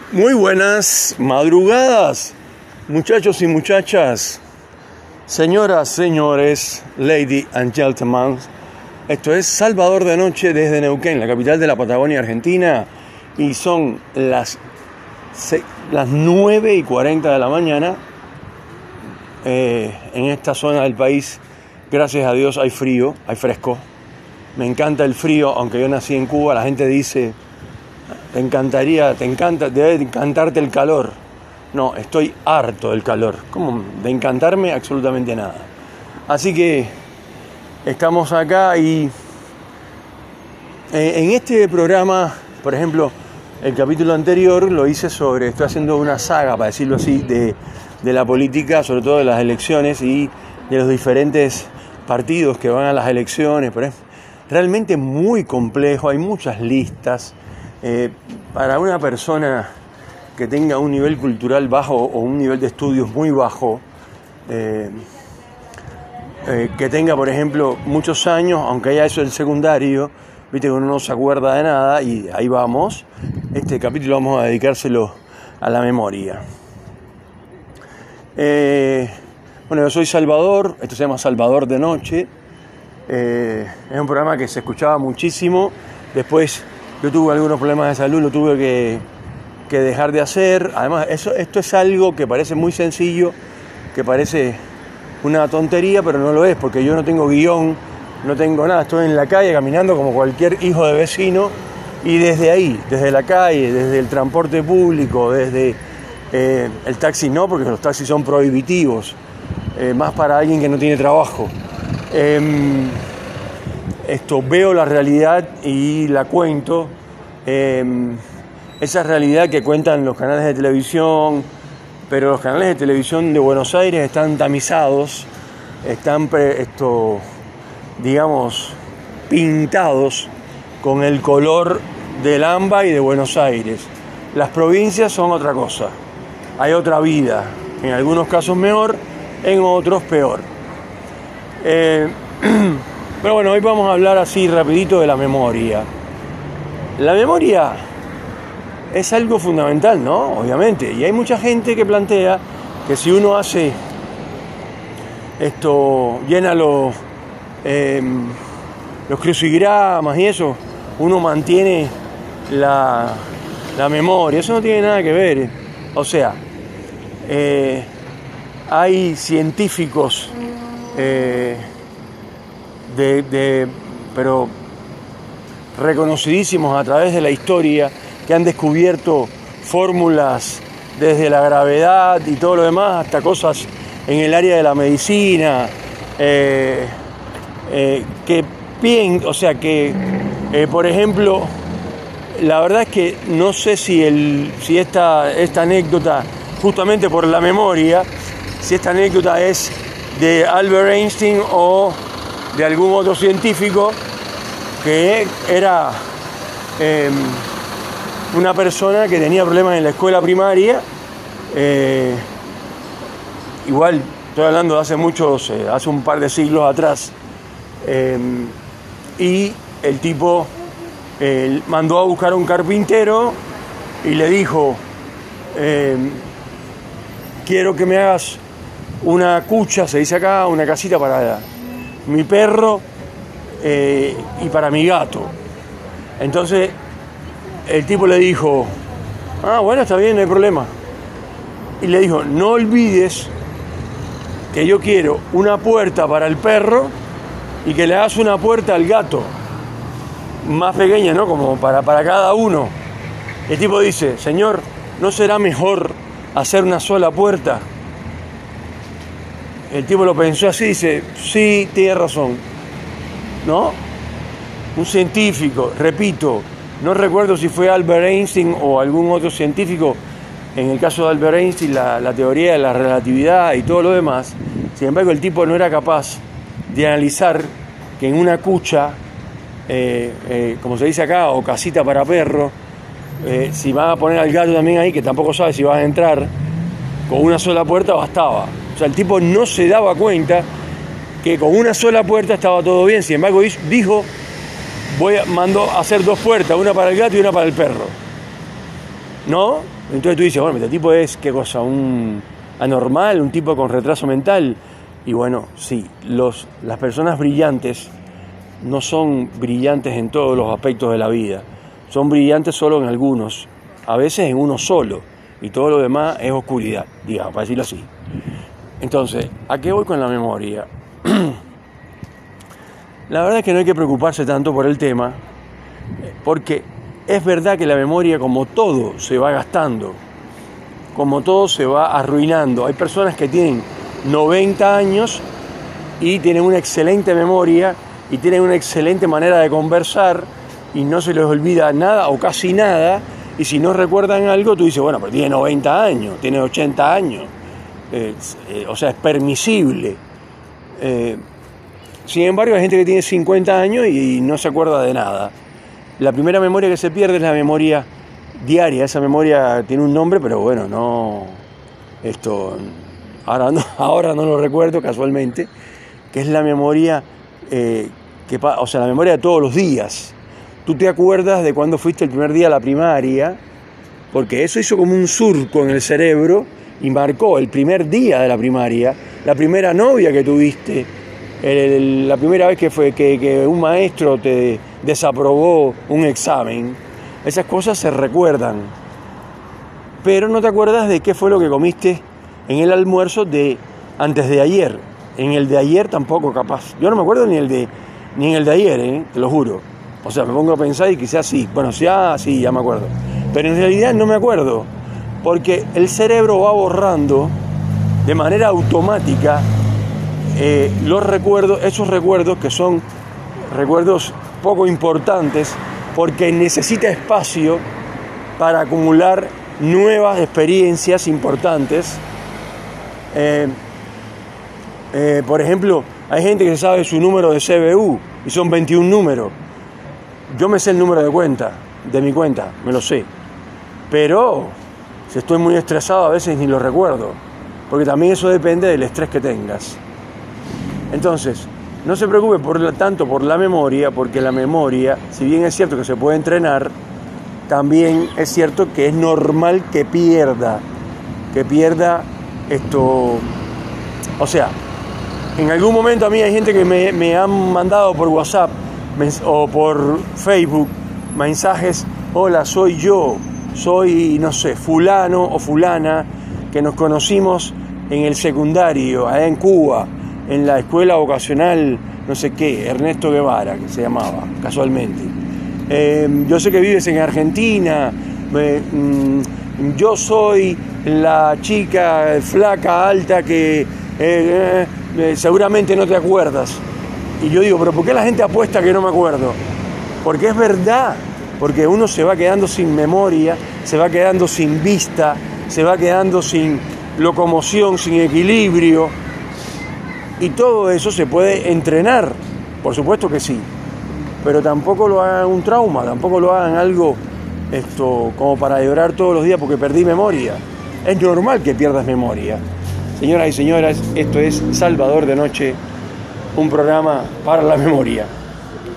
Muy buenas madrugadas, muchachos y muchachas, señoras, señores, ladies and gentlemen. Esto es Salvador de Noche desde Neuquén, la capital de la Patagonia Argentina, y son las 9:40 de la mañana. En esta zona del país, gracias a Dios, hay frío, hay fresco. Me encanta el frío, aunque yo nací en Cuba. La gente dice: debe encantarte el calor. No, estoy harto del calor. ¿Cómo de encantarme? Absolutamente nada. Así que estamos acá y en este programa, por ejemplo, el capítulo anterior lo hice estoy haciendo una saga, para decirlo así, de la política, sobre todo de las elecciones y de los diferentes partidos que van a las elecciones. Pero es realmente muy complejo, hay muchas listas. Para una persona que tenga un nivel cultural bajo o un nivel de estudios muy bajo, que tenga, por ejemplo, muchos años, aunque haya eso el secundario, viste que uno no se acuerda de nada, y ahí vamos. Este capítulo vamos a dedicárselo a la memoria. Bueno, yo soy Salvador, esto se llama Salvador de Noche. Es un programa que se escuchaba muchísimo. Después yo tuve algunos problemas de salud, lo tuve que dejar de hacer. Además, esto es algo que parece muy sencillo, que parece una tontería, pero no lo es, porque yo no tengo guión, no tengo nada. Estoy en la calle caminando como cualquier hijo de vecino, y desde ahí, desde la calle, desde el transporte público, desde el taxi no, porque los taxis son prohibitivos, más para alguien que no tiene trabajo. Veo la realidad y la cuento. Esa realidad que cuentan los canales de televisión, pero los canales de televisión de Buenos Aires están tamizados, están pintados con el color del AMBA y de Buenos Aires. Las provincias son otra cosa, hay otra vida, en algunos casos mejor, en otros peor. Pero bueno, hoy vamos a hablar así rapidito de la memoria. La memoria es algo fundamental, ¿no? Obviamente. Y hay mucha gente que plantea que si uno hace llena los crucigramas y eso, uno mantiene la memoria. Eso no tiene nada que ver. O sea, hay científicos pero reconocidísimos a través de la historia, que han descubierto fórmulas desde la gravedad y todo lo demás hasta cosas en el área de la medicina, por ejemplo, la verdad es que no sé si esta anécdota, justamente por la memoria, si esta anécdota es de Albert Einstein o de algún otro científico que era una persona que tenía problemas en la escuela primaria. Igual estoy hablando de hace un par de siglos atrás, y el tipo mandó a buscar a un carpintero y le dijo: quiero que me hagas una cucha, se dice acá, una casita para mi perro y para mi gato. Entonces el tipo le dijo: bueno, está bien, no hay problema. Y le dijo: no olvides que yo quiero una puerta para el perro y que le hagas una puerta al gato, más pequeña, ¿no? Como para cada uno. El tipo dice: señor, ¿no será mejor hacer una sola puerta? El tipo lo pensó así y dice: sí, tiene razón, ¿no? Un científico, repito, no recuerdo si fue Albert Einstein o algún otro científico. En el caso de Albert Einstein, la teoría de la relatividad y todo lo demás. Sin embargo, el tipo no era capaz de analizar que en una cucha, como se dice acá, o casita para perro, si van a poner al gato también ahí, que tampoco sabe si van a entrar, con una sola puerta bastaba. O sea, el tipo no se daba cuenta que con una sola puerta estaba todo bien. Sin embargo, dijo: mandó a hacer dos puertas, una para el gato y una para el perro. ¿no? Entonces tú dices, bueno, este tipo es, ¿qué cosa? Un anormal, un tipo con retraso mental. Y bueno, sí, las personas brillantes no son brillantes en todos los aspectos de la vida, son brillantes solo en algunos, a veces en uno solo, y todo lo demás es oscuridad, digamos, para decirlo así. Entonces, ¿a qué voy con la memoria? La verdad es que no hay que preocuparse tanto por el tema, porque es verdad que la memoria, como todo, se va gastando, como todo se va arruinando. Hay personas que tienen 90 años y tienen una excelente memoria y tienen una excelente manera de conversar y no se les olvida nada o casi nada, y si no recuerdan algo, tú dices, bueno, pero tiene 90 años, tiene 80 años, o sea, es permisible. Sin embargo, hay gente que tiene 50 años y no se acuerda de nada. La primera memoria que se pierde es la memoria diaria. Esa memoria tiene un nombre, pero bueno, ahora no lo recuerdo casualmente, que es la memoria, la memoria de todos los días. Tú te acuerdas de cuando fuiste el primer día a la primaria, porque eso hizo como un surco en el cerebro y marcó el primer día de la primaria, la primera novia que tuviste, la primera vez que un maestro te desaprobó un examen. Esas cosas se recuerdan, pero no te acuerdas de qué fue lo que comiste en el almuerzo de antes de ayer. En el de ayer tampoco, capaz. Yo no me acuerdo ni en el de ayer, te lo juro. O sea, me pongo a pensar y quizás sí. Bueno, sí, ya me acuerdo. Pero en realidad no me acuerdo, porque el cerebro va borrando de manera automática esos recuerdos que son recuerdos poco importantes, porque necesita espacio para acumular nuevas experiencias importantes. Por ejemplo, hay gente que sabe su número de CBU y son 21 números. Yo me sé el número de mi cuenta, me lo sé. Pero si estoy muy estresado a veces ni lo recuerdo, porque también eso depende del estrés que tengas. Entonces, no se preocupe tanto por la memoria, porque la memoria, si bien es cierto que se puede entrenar, también es cierto que es normal que pierda esto. O sea, en algún momento a mí hay gente que me han mandado por WhatsApp o por Facebook mensajes: hola, soy yo, no sé, fulano o fulana, que nos conocimos en el secundario, allá en Cuba, en la escuela vocacional, no sé qué, Ernesto Guevara, que se llamaba, casualmente. Yo sé que vives en Argentina, yo soy la chica flaca, alta, que seguramente no te acuerdas. Y yo digo, ¿pero por qué la gente apuesta que no me acuerdo? Porque es verdad, porque uno se va quedando sin memoria, se va quedando sin vista, se va quedando sin locomoción, sin equilibrio, y todo eso se puede entrenar, por supuesto que sí, pero tampoco lo hagan un trauma, tampoco lo hagan algo como para llorar todos los días porque perdí memoria. Es normal que pierdas memoria. Señoras y señores, esto es Salvador de Noche, un programa para la memoria.